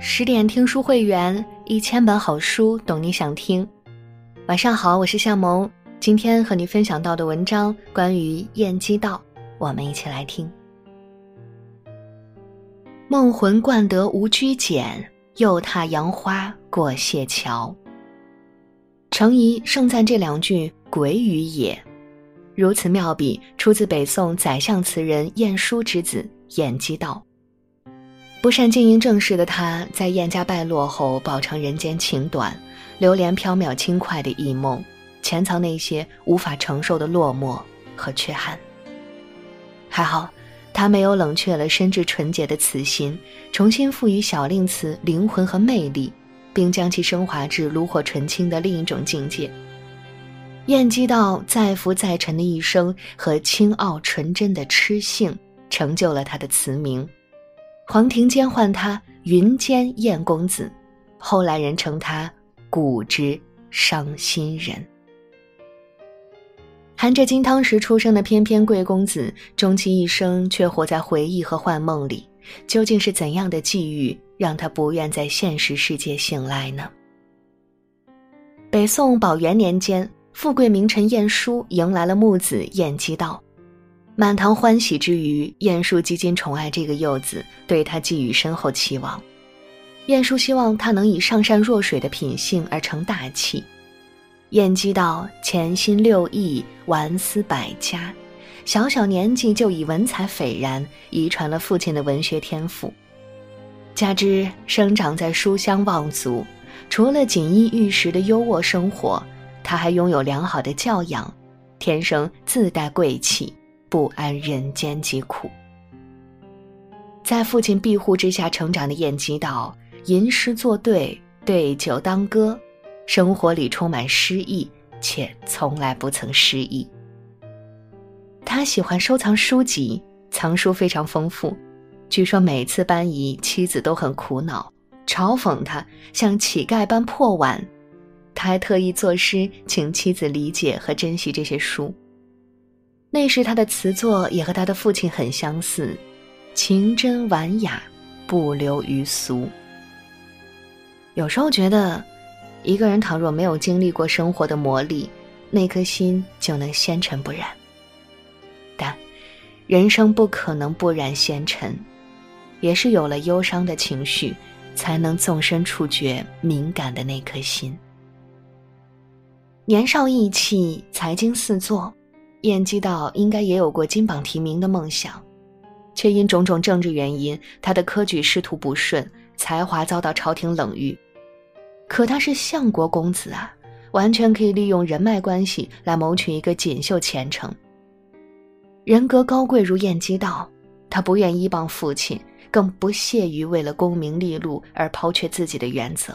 10点听书会员，1000本好书，懂你想听。晚上好，我是夏萌，今天和你分享到的文章关于晏几道，我们一起来听。梦魂惯得无拘简，又踏杨花过谢桥。程颐盛赞这2句鬼语也，如此妙笔出自北宋宰相词人晏殊之子晏几道。不善经营政事的他，在晏家败落后饱尝人间情短，流连缥缈轻快的异梦，潜藏那些无法承受的落寞和缺憾。还好他没有冷却了深挚纯洁的词心，重新赋予小令词灵魂和魅力，并将其升华至炉火纯青的另一种境界。晏几道再浮再沉的一生和清傲纯真的痴性，成就了他的词名。黄庭坚唤他云间晏公子，后来人称他古之伤心人。含着金汤匙出生的翩翩贵公子，终其一生却活在回忆和幻梦里，究竟是怎样的际遇让他不愿在现实世界醒来呢？北宋宝元年间，富贵名臣晏殊迎来了木子晏几道。满堂欢喜之余，晏殊极尽宠爱这个幼子，对他寄予深厚期望。晏殊希望他能以上善若水的品性而成大器。晏几道潜心6艺，玩思百家，小小年纪就以文采斐然，遗传了父亲的文学天赋。加之生长在书香望族，除了锦衣玉食的优渥生活，他还拥有良好的教养，天生自带贵气，不谙人间疾苦。在父亲庇护之下成长的晏几道，吟诗作对，对酒当歌，生活里充满诗意，且从来不曾失意。他喜欢收藏书籍，藏书非常丰富，据说每次搬移，妻子都很苦恼，嘲讽他像乞丐般破碗。他还特意作诗请妻子理解和珍惜这些书。那时他的词作也和他的父亲很相似，情真婉雅，不流于俗。有时候觉得一个人倘若没有经历过生活的磨砺，那颗心就能纤尘不染。但人生不可能不染纤尘，也是有了忧伤的情绪，才能纵身触觉敏感的那颗心。年少意气，才经四座，晏几道应该也有过金榜题名的梦想，却因种种政治原因，他的科举仕途不顺，才华遭到朝廷冷遇。可他是相国公子啊，完全可以利用人脉关系来谋取一个锦绣前程。人格高贵如晏几道，他不愿依傍父亲，更不屑于为了功名利禄而抛却自己的原则。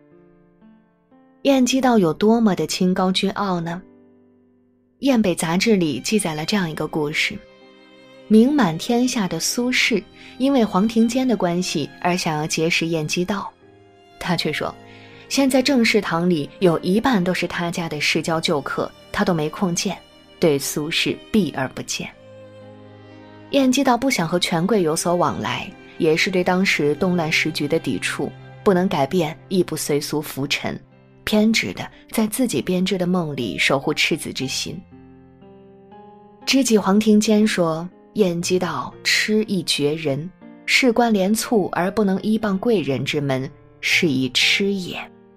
晏几道有多么的清高倨傲呢？晏北杂志里记载了这样一个故事：名满天下的苏轼因为黄庭坚的关系而想要结识晏几道，他却说现在正事堂里有1半都是他家的世交旧客，他都没空见，对苏轼避而不见。晏几道不想和权贵有所往来，也是对当时动乱时局的抵触，不能改变亦不随俗浮沉，偏执的在自己编织的梦里守护赤子之心。知己黄庭坚说，晏几道痴意绝人，事关连促而不能依傍贵人之门，是以痴也。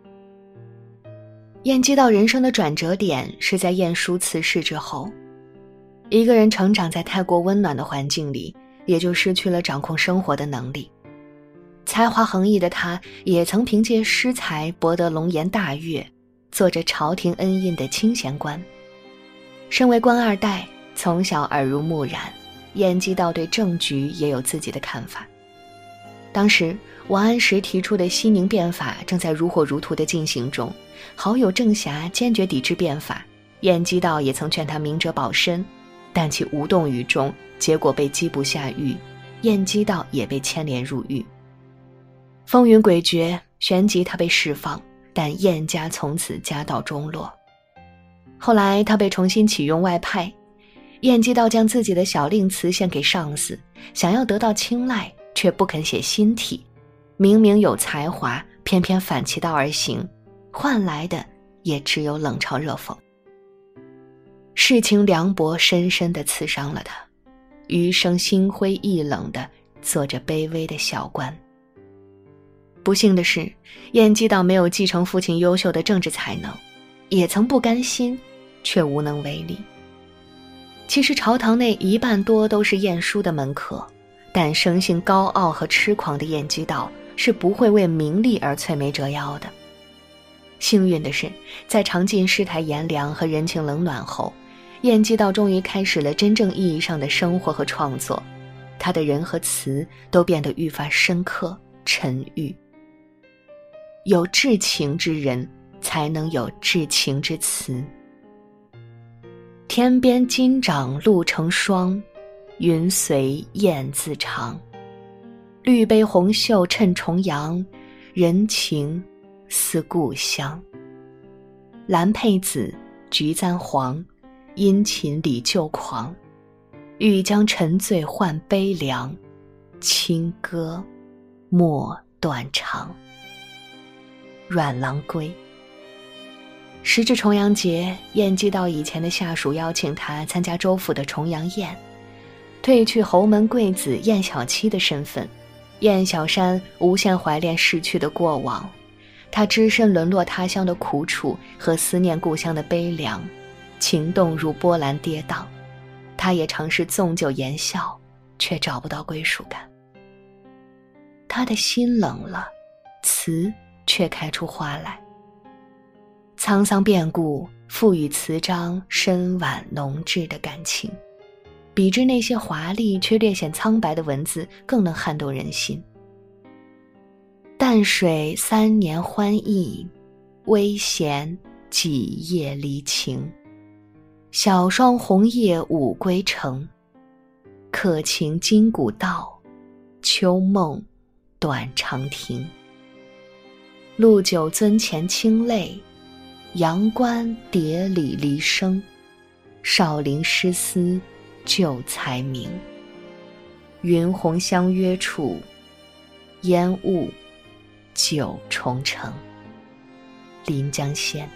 晏几道人生的转折点是在晏殊辞世之后。一个人成长在太过温暖的环境里，也就失去了掌控生活的能力。才华横溢的他，也曾凭借诗才博得龙颜大悦，做着朝廷恩荫的清闲官。身为官二代，从小耳濡目染，晏几道对政局也有自己的看法。当时王安石提出的西宁变法正在如火如荼地进行中，好友郑侠坚决抵制变法，晏几道也曾劝他明哲保身，但其无动于衷，结果被缉捕下狱，晏几道也被牵连入狱。风云诡谲，旋即他被释放，但晏家从此家道中落。后来他被重新启用外派，晏几道将自己的小令词献给上司，想要得到青睐，却不肯写新体， 明明有才华，偏偏反其道而行，换来的也只有冷嘲热讽。世情凉薄深深地刺伤了他，余生心灰意冷地做着卑微的小官。不幸的是，晏几道没有继承父亲优秀的政治才能，也曾不甘心，却无能为力。其实朝堂内一半多都是晏殊的门客，但生性高傲和痴狂的晏几道是不会为名利而摧眉折腰的。幸运的是，在尝尽世态炎凉和人情冷暖后，晏几道终于开始了真正意义上的生活和创作，他的人和词都变得愈发深刻沉郁。有至情之人，才能有至情之词。天边金掌露成霜，云随雁自长。绿杯红袖衬重阳，人情似故乡。兰佩紫，菊簪黄，殷勤礼旧狂。欲将沉醉换悲凉，清歌莫断肠。阮郎归。时至重阳节，晏几道以前的下属邀请他参加州府的重阳宴，褪去侯门贵子晏小七的身份，晏小山无限怀恋逝去的过往，他只身沦落他乡的苦楚和思念故乡的悲凉，情动如波澜跌宕。他也尝试纵酒言笑，却找不到归属感。他的心冷了，词却开出花来。沧桑变故赋予词章深婉浓挚的感情，比之那些华丽却略显苍白的文字更能撼动人心。淡水3年欢意，微闲几夜离情。小霜红叶午归程，客情今古道，秋梦短长亭。陆九樽前清泪，阳关叠里离声。少陵诗思旧才名，云红相约处，烟雾九重城。临江仙。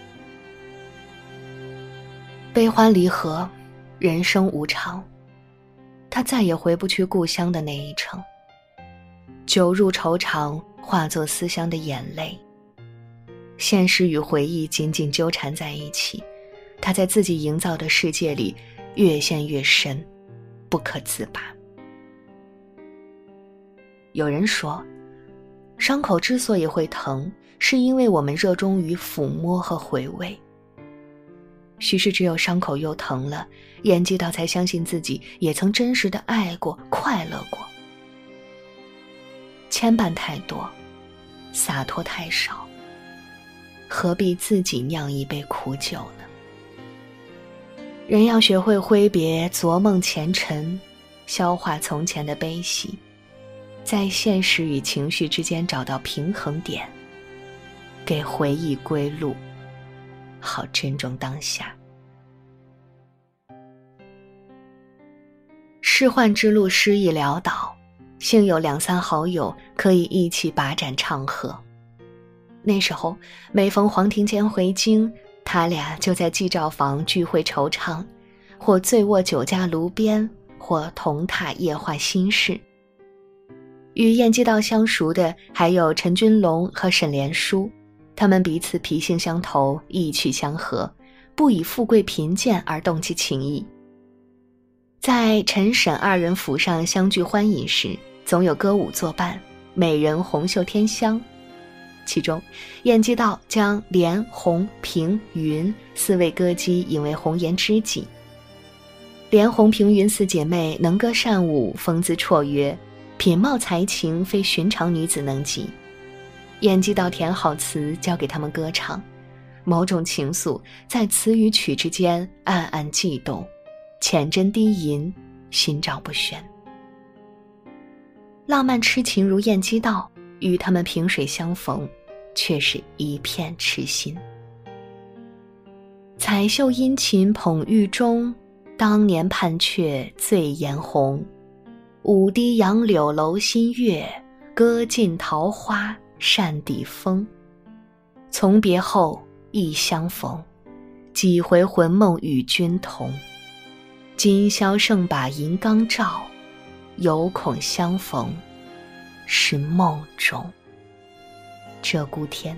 悲欢离合，人生无常，他再也回不去故乡的那一程。酒入愁肠，化作思乡的眼泪。现实与回忆紧紧纠缠在一起，他在自己营造的世界里越陷越深，不可自拔。有人说，伤口之所以会疼，是因为我们热衷于抚摸和回味。许是只有伤口又疼了，晏几道才相信自己也曾真实的爱过，快乐过。牵绊太多，洒脱太少，何必自己酿一杯苦酒呢？人要学会挥别昨梦前尘，消化从前的悲喜，在现实与情绪之间找到平衡点，给回忆归路，好珍重当下。仕宦之路失意潦倒，幸有2、3好友可以一起把盏唱和。那时候每逢黄庭坚回京，他俩就在祭灶房聚会惆怅，或醉卧酒家炉边，或同榻夜话心事。与晏几道相熟的还有陈君龙和沈连书，他们彼此脾性相投，意趣相合，不以富贵贫贱而动其情谊。在陈沈2人府上相聚欢饮时，总有歌舞作伴，美人红袖添香。其中晏几道将连、红、平、云4位歌姬引为红颜知己。连、红、平、云4姐妹能歌善舞，风姿绰约，品貌才情非寻常女子能及。晏几道填好词交给他们歌唱，某种情愫在词与曲之间暗暗悸动，浅斟低吟，心照不宣。浪漫痴情如晏几道，与他们萍水相逢，却是一片痴心。彩袖殷勤捧玉钟，当年盼却醉颜红。舞堤杨柳楼新月， 歌尽桃花扇底风。从别后亦相逢，几回魂梦与君同。今宵剩把银缸照，犹恐相逢是梦中。鹧鸪天。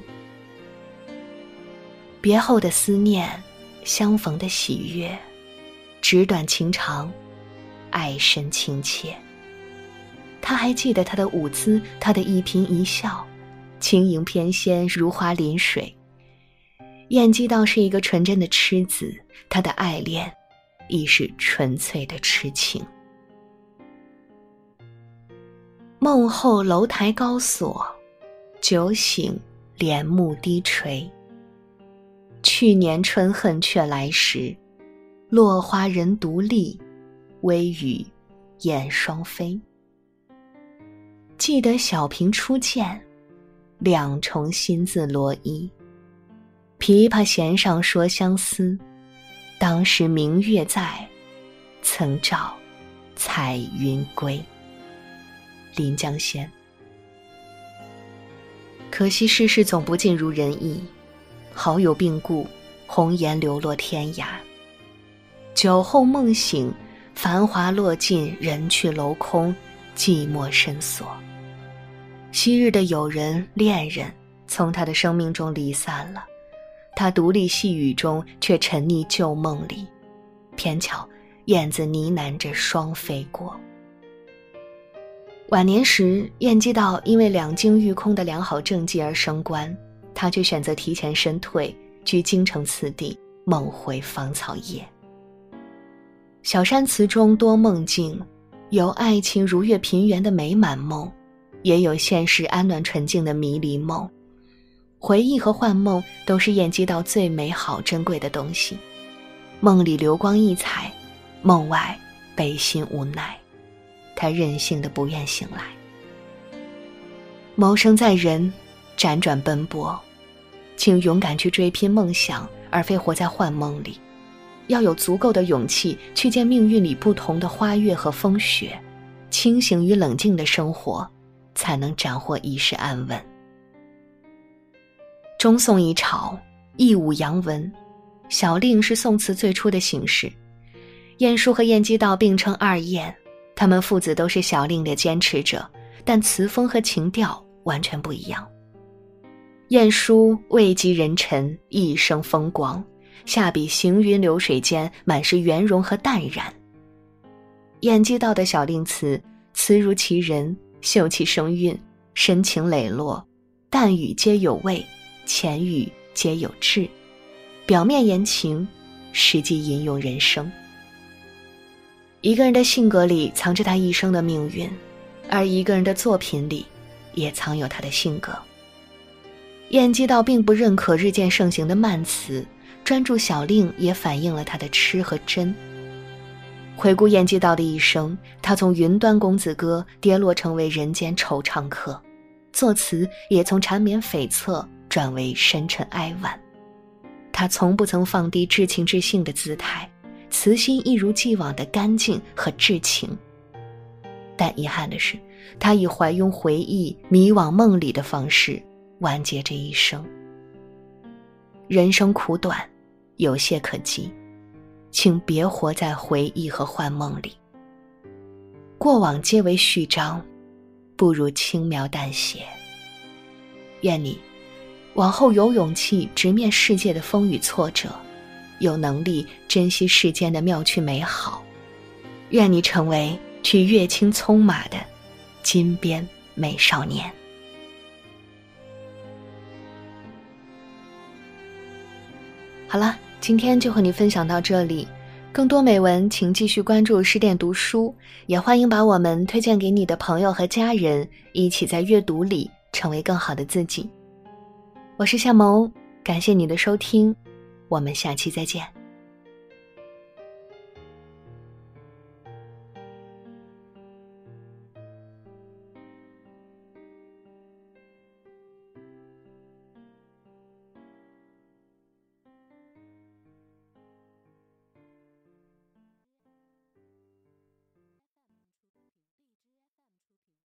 别后的思念，相逢的喜悦，纸短情长，爱深情切。他还记得他的舞姿，他的一颦一笑，轻盈翩跹，如花临水。晏几道是一个纯真的痴子，他的爱恋亦是纯粹的痴情。梦后楼台高锁，酒醒帘幕低垂。去年春恨却来时，落花人独立，微雨燕双飞。记得小平初见，两重心字罗衣。琵琶弦上说相思，当时明月在，曾照彩云归。临江仙。可惜世事总不尽如人意，好友病故，红颜流落天涯。酒后梦醒，繁华落尽，人去楼空，寂寞深锁。昔日的友人恋人从他的生命中离散了，他独立细雨中，却沉溺旧梦里。偏巧燕子呢喃着双飞过。晚年时，晏几道因为两京御空的良好政绩而升官，他却选择提前身退，居京城次第，梦回芳草夜。小山词中多梦境，有爱情如月平原的美满梦，也有现实安暖纯净的迷离梦。回忆和幻梦都是晏几道最美好珍贵的东西。梦里流光溢彩，梦外悲心无奈，他任性的不愿醒来。谋生在人，辗转奔波，请勇敢去追拼梦想，而非活在幻梦里。要有足够的勇气去见命运里不同的花月和风雪，清醒与冷静的生活，才能斩获一世安稳。中宋一朝，一武扬文，小令是宋词最初的形式。晏殊和晏几道并称二晏，他们父子都是小令的坚持者，但词风和情调完全不一样。晏殊位极人臣，一生风光，下笔行云流水间，满是圆融和淡然。晏几道的小令词，词如其人，秀气声韵，深情磊落，淡语皆有味，浅语皆有致，表面言情，实际吟咏人生。一个人的性格里藏着他一生的命运，而一个人的作品里也藏有他的性格。晏几道并不认可日渐盛行的慢词，专注小令也反映了他的痴和真。回顾晏几道的一生，他从云端公子哥跌落成为人间惆怅客，作词也从缠绵悱恻转为深沉哀婉。他从不曾放低至情至性的姿态，词心一如既往的干净和至情。但遗憾的是，他以怀拥回忆、迷惘梦里的方式完结这一生。人生苦短，有懈可击，请别活在回忆和幻梦里。过往皆为序章，不如轻描淡写。愿你往后有勇气直面世界的风雨挫折，有能力珍惜世间的妙趣美好。愿你成为去阅青葱马的金边美少年。好了，今天就和你分享到这里。更多美文请继续关注十点读书，也欢迎把我们推荐给你的朋友和家人，一起在阅读里成为更好的自己。我是夏萌，感谢你的收听，我们下期再见。